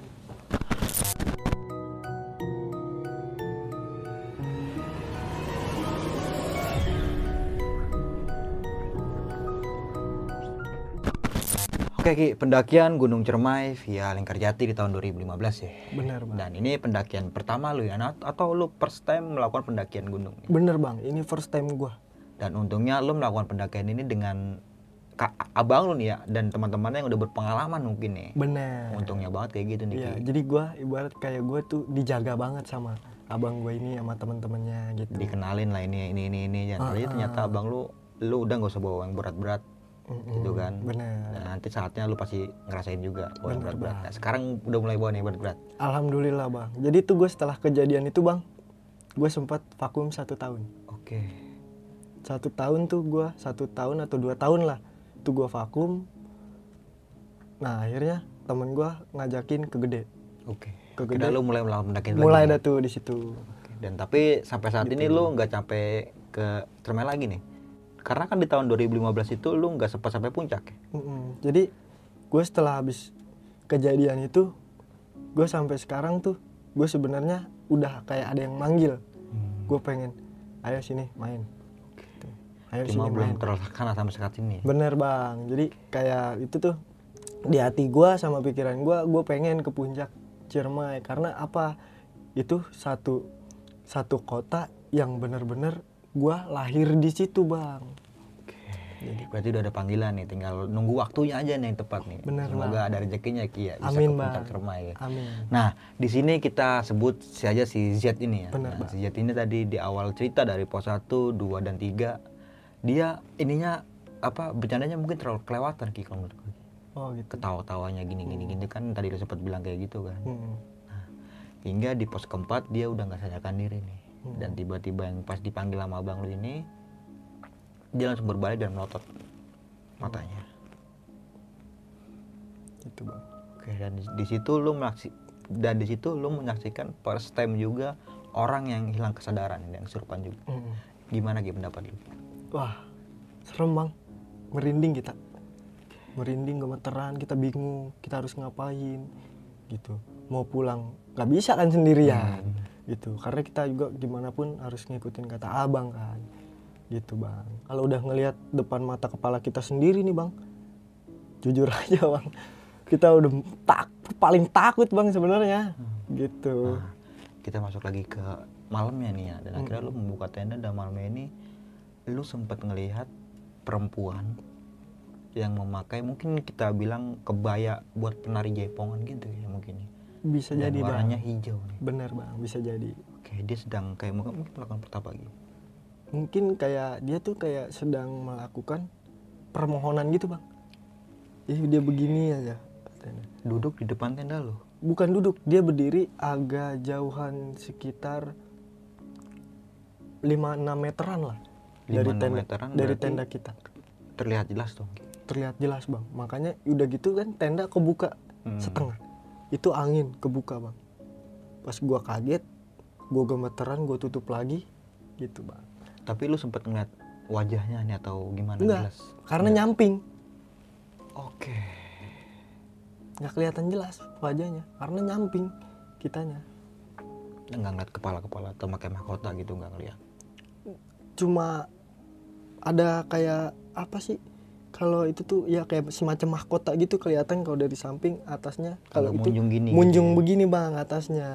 Oke Ki, pendakian Gunung Cermai via Lingkarjati di tahun dua ribu lima belas ya. Bener bang. Dan ini pendakian pertama lu ya, Nat? Atau lu first time melakukan pendakian gunung? Bener bang, ini first time gue. Dan untungnya lu melakukan pendakian ini dengan ka- abang lu nih ya, dan teman-temannya yang udah berpengalaman mungkin nih. Bener. Untungnya banget kayak gitu nih Iya, Ki. jadi gue ibarat kayak gue tuh dijaga banget sama abang gue ini sama teman-temannya gitu. Dikenalin lah ini ini ini ini dan Ah, ternyata ah. ternyata abang lu lu udah gak usah bawa yang berat-berat Mm-mm, gitu kan. Bener. Nah, nanti saatnya lu pasti ngerasain juga bawa yang Bener, berat-berat. Bang. Nah, sekarang udah mulai bawa nih berat-berat. Alhamdulillah bang. Jadi tuh gue setelah kejadian itu bang, gue sempat vakum satu tahun. Oke. Satu tahun tuh gue, satu tahun atau dua tahun lah, tuh gue vakum. Nah akhirnya temen gue ngajakin ke Gede. Oke. Ke Kira Gede. lu mulai melakukan pendakian Mulai lagi. dah tuh di situ. Oke. Dan tapi sampai saat Gitu. ini lu nggak sampai ke Cermai lagi nih. Karena kan di tahun dua ribu lima belas itu lu nggak sempat sampai puncak ya? Mm-mm. Jadi gue setelah habis kejadian itu, gue sampai sekarang tuh gue sebenarnya udah kayak ada yang manggil. Hmm. Gue pengen, ayo sini main. Gitu. Ayo Cuma sini belum main. terlaksana sampai saat ini. Bener bang. Jadi kayak itu tuh di hati gue sama pikiran gue, gue pengen ke puncak Ciremai karena apa? Itu satu satu kota yang bener-bener gue lahir di situ bang. Jadi berarti udah ada panggilan nih, tinggal nunggu waktunya aja nih yang tepat nih. Bener, Semoga ada rezekinya Ki ya, bisa Amin, ke puncak Bang. Cermai ya. Amin. Nah, di sini kita sebut saja si Z ini ya. Bener, Nah, Bang. si Z ini tadi di awal cerita dari pos satu, dua dan tiga, dia ininya apa bercandanya mungkin terlalu kelewatan Ki kalau menurut gue. Oh gitu. Ketawa-tawanya gini-gini gini kan tadi lu sempat bilang kayak gitu kan. Hmm. Hingga di pos keempat dia udah nggak sadarkan diri nih. Hmm. Dan tiba-tiba yang pas dipanggil sama abang lu ini, dia langsung berbalik dan melotot matanya. Itu bang. Oke, dan di, di situ lu menyaksi dan di situ lu menyaksikan first time juga orang yang hilang kesadaran yang kesurupan juga. Hmm. Gimana Ki pendapat lu? Wah, serem bang. Merinding kita. Merinding, gemeteran, kita bingung, kita harus ngapain gitu. Mau pulang nggak bisa kan sendirian gitu. Karena kita juga gimana pun harus ngikutin kata abang kan. Gitu bang. Kalau udah ngelihat depan mata kepala kita sendiri nih bang, jujur aja bang, kita udah tak paling takut bang sebenarnya. Gitu. Nah, kita masuk lagi ke malamnya nih ya, dan akhirnya lu membuka tenda dan malamnya ini lu sempat ngelihat perempuan yang memakai mungkin kita bilang kebaya buat penari jaipongan gitu ya mungkin ya. Bisa Dan jadi warnanya bang. hijau nih. Bener bang, bisa jadi. Oke, dia sedang kayak mungkin mungkin melakukan pertapa gitu. Mungkin kayak dia tuh kayak sedang melakukan permohonan gitu bang. Ih dia begini aja. Duduk di depan tenda lu. Bukan duduk, dia berdiri agak jauhan sekitar lima enam meteran lah lima dari enam tenda meteran dari berarti tenda kita. Terlihat jelas dong. Terlihat jelas bang. Makanya udah gitu kan tenda kebuka Hmm. setengah. Itu angin kebuka bang. Pas gua kaget, gua gemeteran, gua tutup lagi, gitu bang. Tapi lu sempat ngeliat wajahnya nih atau gimana? Enggak, Jelas? karena nyamping. Oke. Nggak kelihatan jelas wajahnya, karena nyamping kitanya. Nggak ngeliat kepala-kepala atau pakai mahkota gitu, nggak ngeliat. Cuma ada kayak apa sih? Kalau itu tuh ya kayak semacam mahkota gitu kelihatan kalau dari samping atasnya. Kalau Agak itu munjung gini munjung gitu ya. begini bang atasnya.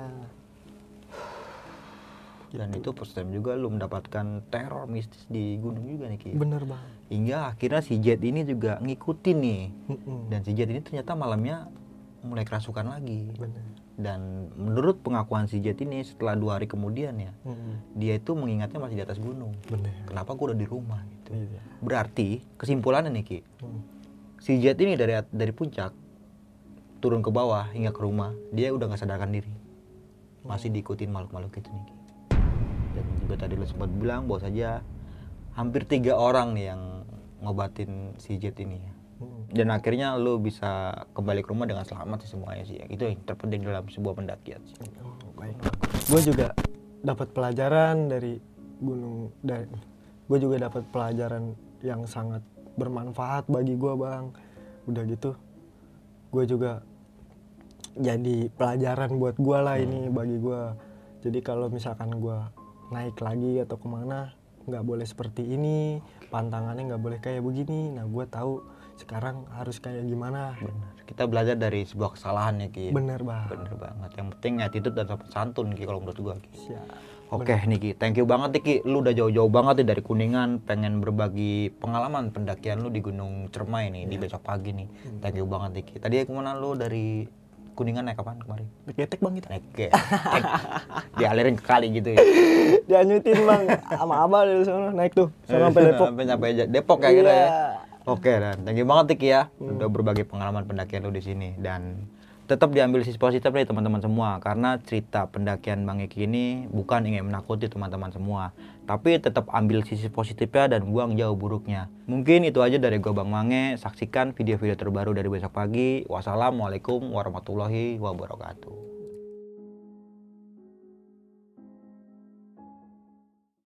Dan itu first time juga lu mendapatkan teror mistis di gunung juga nih Ki. Bener bang. Hingga akhirnya si Jet ini juga ngikutin nih. Mm-mm. Dan si Jet ini ternyata malamnya mulai kerasukan lagi. Bener. Dan menurut pengakuan si Jet ini setelah dua hari kemudian ya, Mm-mm. dia itu mengingatnya masih di atas gunung. Bener. Kenapa gua udah di rumah gitu. Iya. Berarti kesimpulannya nih Ki, Mm. si Jet ini dari dari puncak turun ke bawah hingga ke rumah, dia udah nggak sadarkan diri, masih diikutin makhluk-makhluk itu nih Ki. Dan juga tadi lo sempat bilang bahwa saja hampir tiga orang nih yang ngobatin si Jet ini ya. Mm. Dan akhirnya lo bisa kembali ke rumah dengan selamat sih semuanya sih ya. Itu yang terpenting dalam sebuah pendakian sih. Oh, baik. Gue juga dapat pelajaran dari gunung. Dari, gue juga dapat pelajaran yang sangat bermanfaat bagi gue bang. Udah gitu, gue juga jadi pelajaran buat gue lah ini bagi gue. Jadi kalau misalkan gue naik lagi atau kemana, nggak boleh seperti ini, pantangannya nggak boleh kayak begini. Nah gue tahu sekarang harus kayak gimana. Benar. Kita belajar dari sebuah kesalahan ya Ki. Bener bang. Bener banget. Yang penting attitude dan sopan santun Ki kalau menurut gua Ki. Siap. Oke nih Ki, thank you banget nih Ki. Lu udah jauh-jauh banget nih dari Kuningan pengen berbagi pengalaman pendakian lu di Gunung Cermai nih di besok pagi nih. Thank you banget nih Ki. Tadi kemana lu dari Kuningan naik kapan kemarin? Naik getek bang kita. Naik getek. Dialirin ke kali gitu ya. Dianyutin bang sama abah dari sana naik tuh sama sampai Depok. Sampai sampai Depok ya kira ya. Iya. Oke dan thank you banget nih Ki ya. Udah berbagi pengalaman pendakian lu di sini dan tetap diambil sisi positif nih teman-teman semua karena cerita pendakian Bang Eki ini bukan ingin menakuti teman-teman semua tapi tetap ambil sisi positifnya dan buang jauh buruknya. Mungkin itu aja dari gua Bang Mange. Saksikan video-video terbaru dari besok pagi. Wassalamualaikum warahmatullahi wabarakatuh.